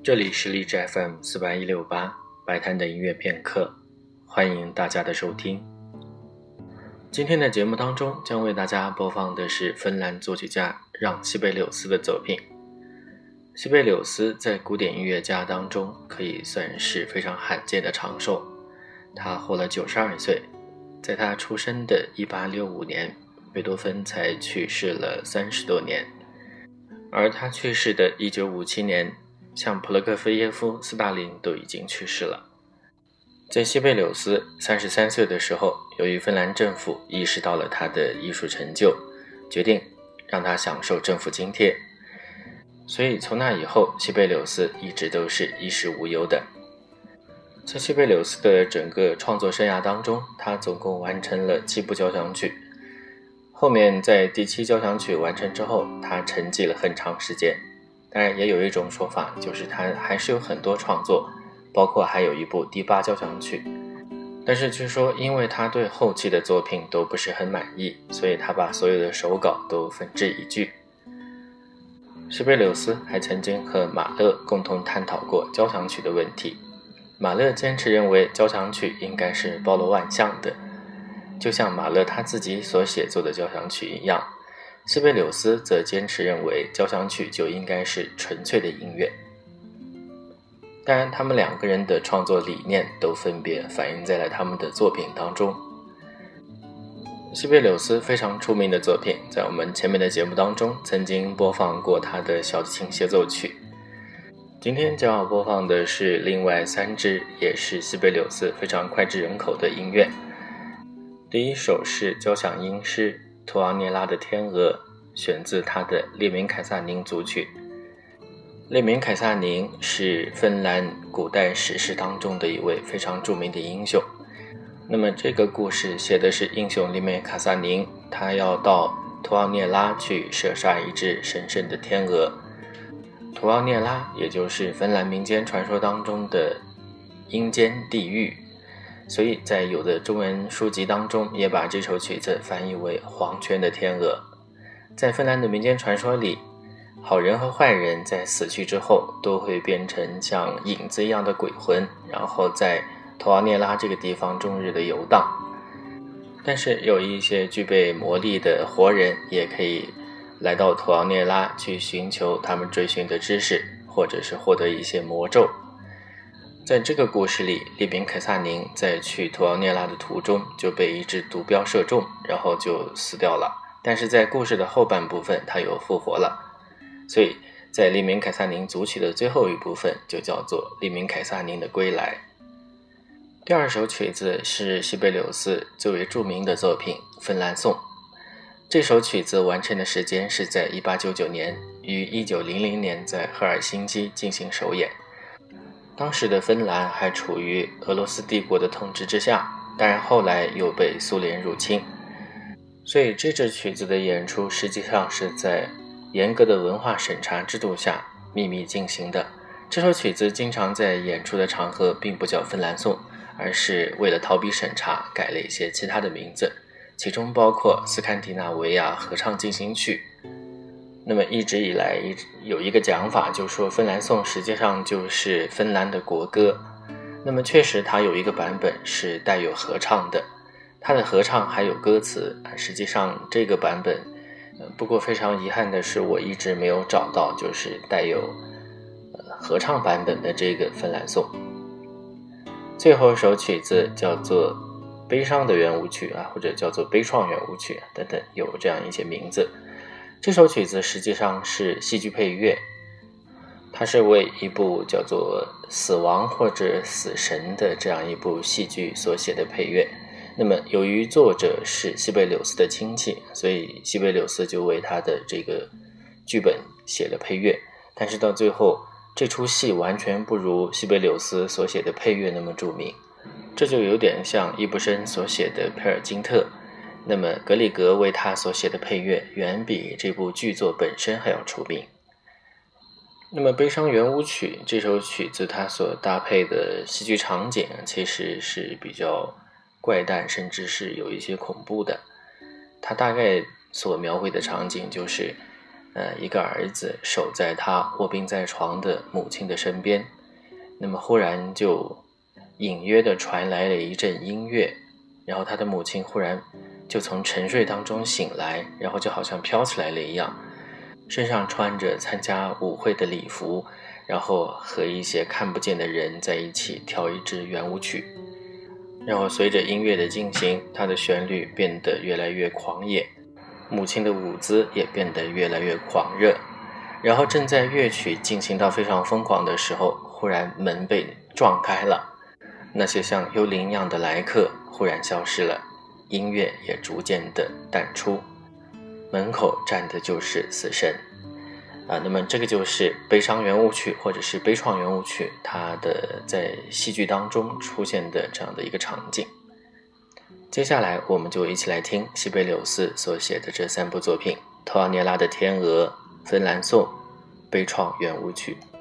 这里是荔枝 FM48168白谈的音乐片刻，欢迎大家的收听。今天的节目当中将为大家播放的是芬兰作曲家让·西贝柳斯的作品。西贝柳斯在古典音乐家当中可以算是非常罕见的长寿，他活了92岁，在他出生的1865年，贝多芬才去世了30多年，而他去世的1957年，像普罗科菲耶夫、斯大林都已经去世了。在西贝柳斯33岁的时候，由于芬兰政府意识到了他的艺术成就，决定让他享受政府津贴，所以从那以后，西贝柳斯一直都是衣食无忧的。在西贝柳斯的整个创作生涯当中，他总共完成了7部交响曲。后面在第7交响曲完成之后，他沉寂了很长时间。当然也有一种说法，就是他还是有很多创作，包括还有一部第8交响曲。但是据说因为他对后期的作品都不是很满意，所以他把所有的手稿都付之一炬。西贝柳斯还曾经和马勒共同探讨过交响曲的问题。马勒坚持认为交响曲应该是包罗万象的，就像马勒他自己所写作的交响曲一样，西贝柳斯则坚持认为交响曲就应该是纯粹的音乐。当然他们2个人的创作理念都分别反映在了他们的作品当中。西贝柳斯非常出名的作品，在我们前面的节目当中曾经播放过他的小提琴协奏曲。今天将要播放的是另外3支也是西贝柳斯非常脍炙人口的音乐。第一首是交响音诗图奥涅拉的天鹅，选自他的列明凯萨宁组曲。列明凯萨宁是芬兰古代史诗当中的一位非常著名的英雄。那么这个故事写的是英雄列明凯萨宁，他要到图奥涅拉去射杀一只神圣的天鹅。图奥涅拉也就是芬兰民间传说当中的阴间地狱，所以在有的中文书籍当中也把这首曲子翻译为黄泉的天鹅。在芬兰的民间传说里，好人和坏人在死去之后都会变成像影子一样的鬼魂，然后在图奥涅拉这个地方终日的游荡。但是有一些具备魔力的活人也可以来到图奥涅拉去寻求他们追寻的知识，或者是获得一些魔咒。在这个故事里，列明凯萨宁在去图奥涅拉的途中就被一只毒镖射中，然后就死掉了。但是在故事的后半部分他又复活了，所以在列明凯萨宁组曲的最后一部分就叫做列明凯萨宁的归来。第2首曲子是西贝柳斯最为著名的作品《芬兰颂》。这首曲子完成的时间是在1899年，于1900年在赫尔辛基进行首演。当时的芬兰还处于俄罗斯帝国的统治之下，当然后来又被苏联入侵，所以这支曲子的演出实际上是在严格的文化审查制度下秘密进行的。这首曲子经常在演出的场合并不叫芬兰颂，而是为了逃避审查改了一些其他的名字，其中包括斯堪的纳维亚合唱进行曲。那么一直以来有一个讲法，就是说芬兰颂实际上就是芬兰的国歌。那么确实它有一个版本是带有合唱的，它的合唱还有歌词，实际上这个版本不过非常遗憾的是我一直没有找到就是带有合唱版本的这个芬兰颂。最后一首曲子叫做悲伤的圆舞曲或者叫做悲怆圆舞曲等等，有这样一些名字。这首曲子实际上是戏剧配乐，它是为一部叫做死亡或者死神的这样一部戏剧所写的配乐。那么由于作者是西贝柳斯的亲戚，所以西贝柳斯就为他的这个剧本写了配乐，但是到最后这出戏完全不如西贝柳斯所写的配乐那么著名。这就有点像易卜生所写的佩尔金特，那么格里格为他所写的配乐远比这部剧作本身还要出名。那么悲伤圆舞曲这首曲子它所搭配的戏剧场景其实是比较怪诞，甚至是有一些恐怖的。它大概所描绘的场景就是一个儿子守在他卧病在床的母亲的身边，那么忽然就隐约地传来了一阵音乐，然后他的母亲忽然就从沉睡当中醒来，然后就好像飘起来了一样，身上穿着参加舞会的礼服，然后和一些看不见的人在一起跳一支圆舞曲。然后随着音乐的进行，它的旋律变得越来越狂野，母亲的舞姿也变得越来越狂热。然后正在乐曲进行到非常疯狂的时候，忽然门被撞开了，那些像幽灵一样的来客忽然消失了，音乐也逐渐的淡出，门口站的就是死神。那么这个就是悲伤圆舞曲或者是悲怆圆舞曲，它的在戏剧当中出现的这样的一个场景。接下来我们就一起来听西贝柳斯所写的这3部作品：托尔涅拉的天鹅、芬兰颂、悲怆圆舞曲。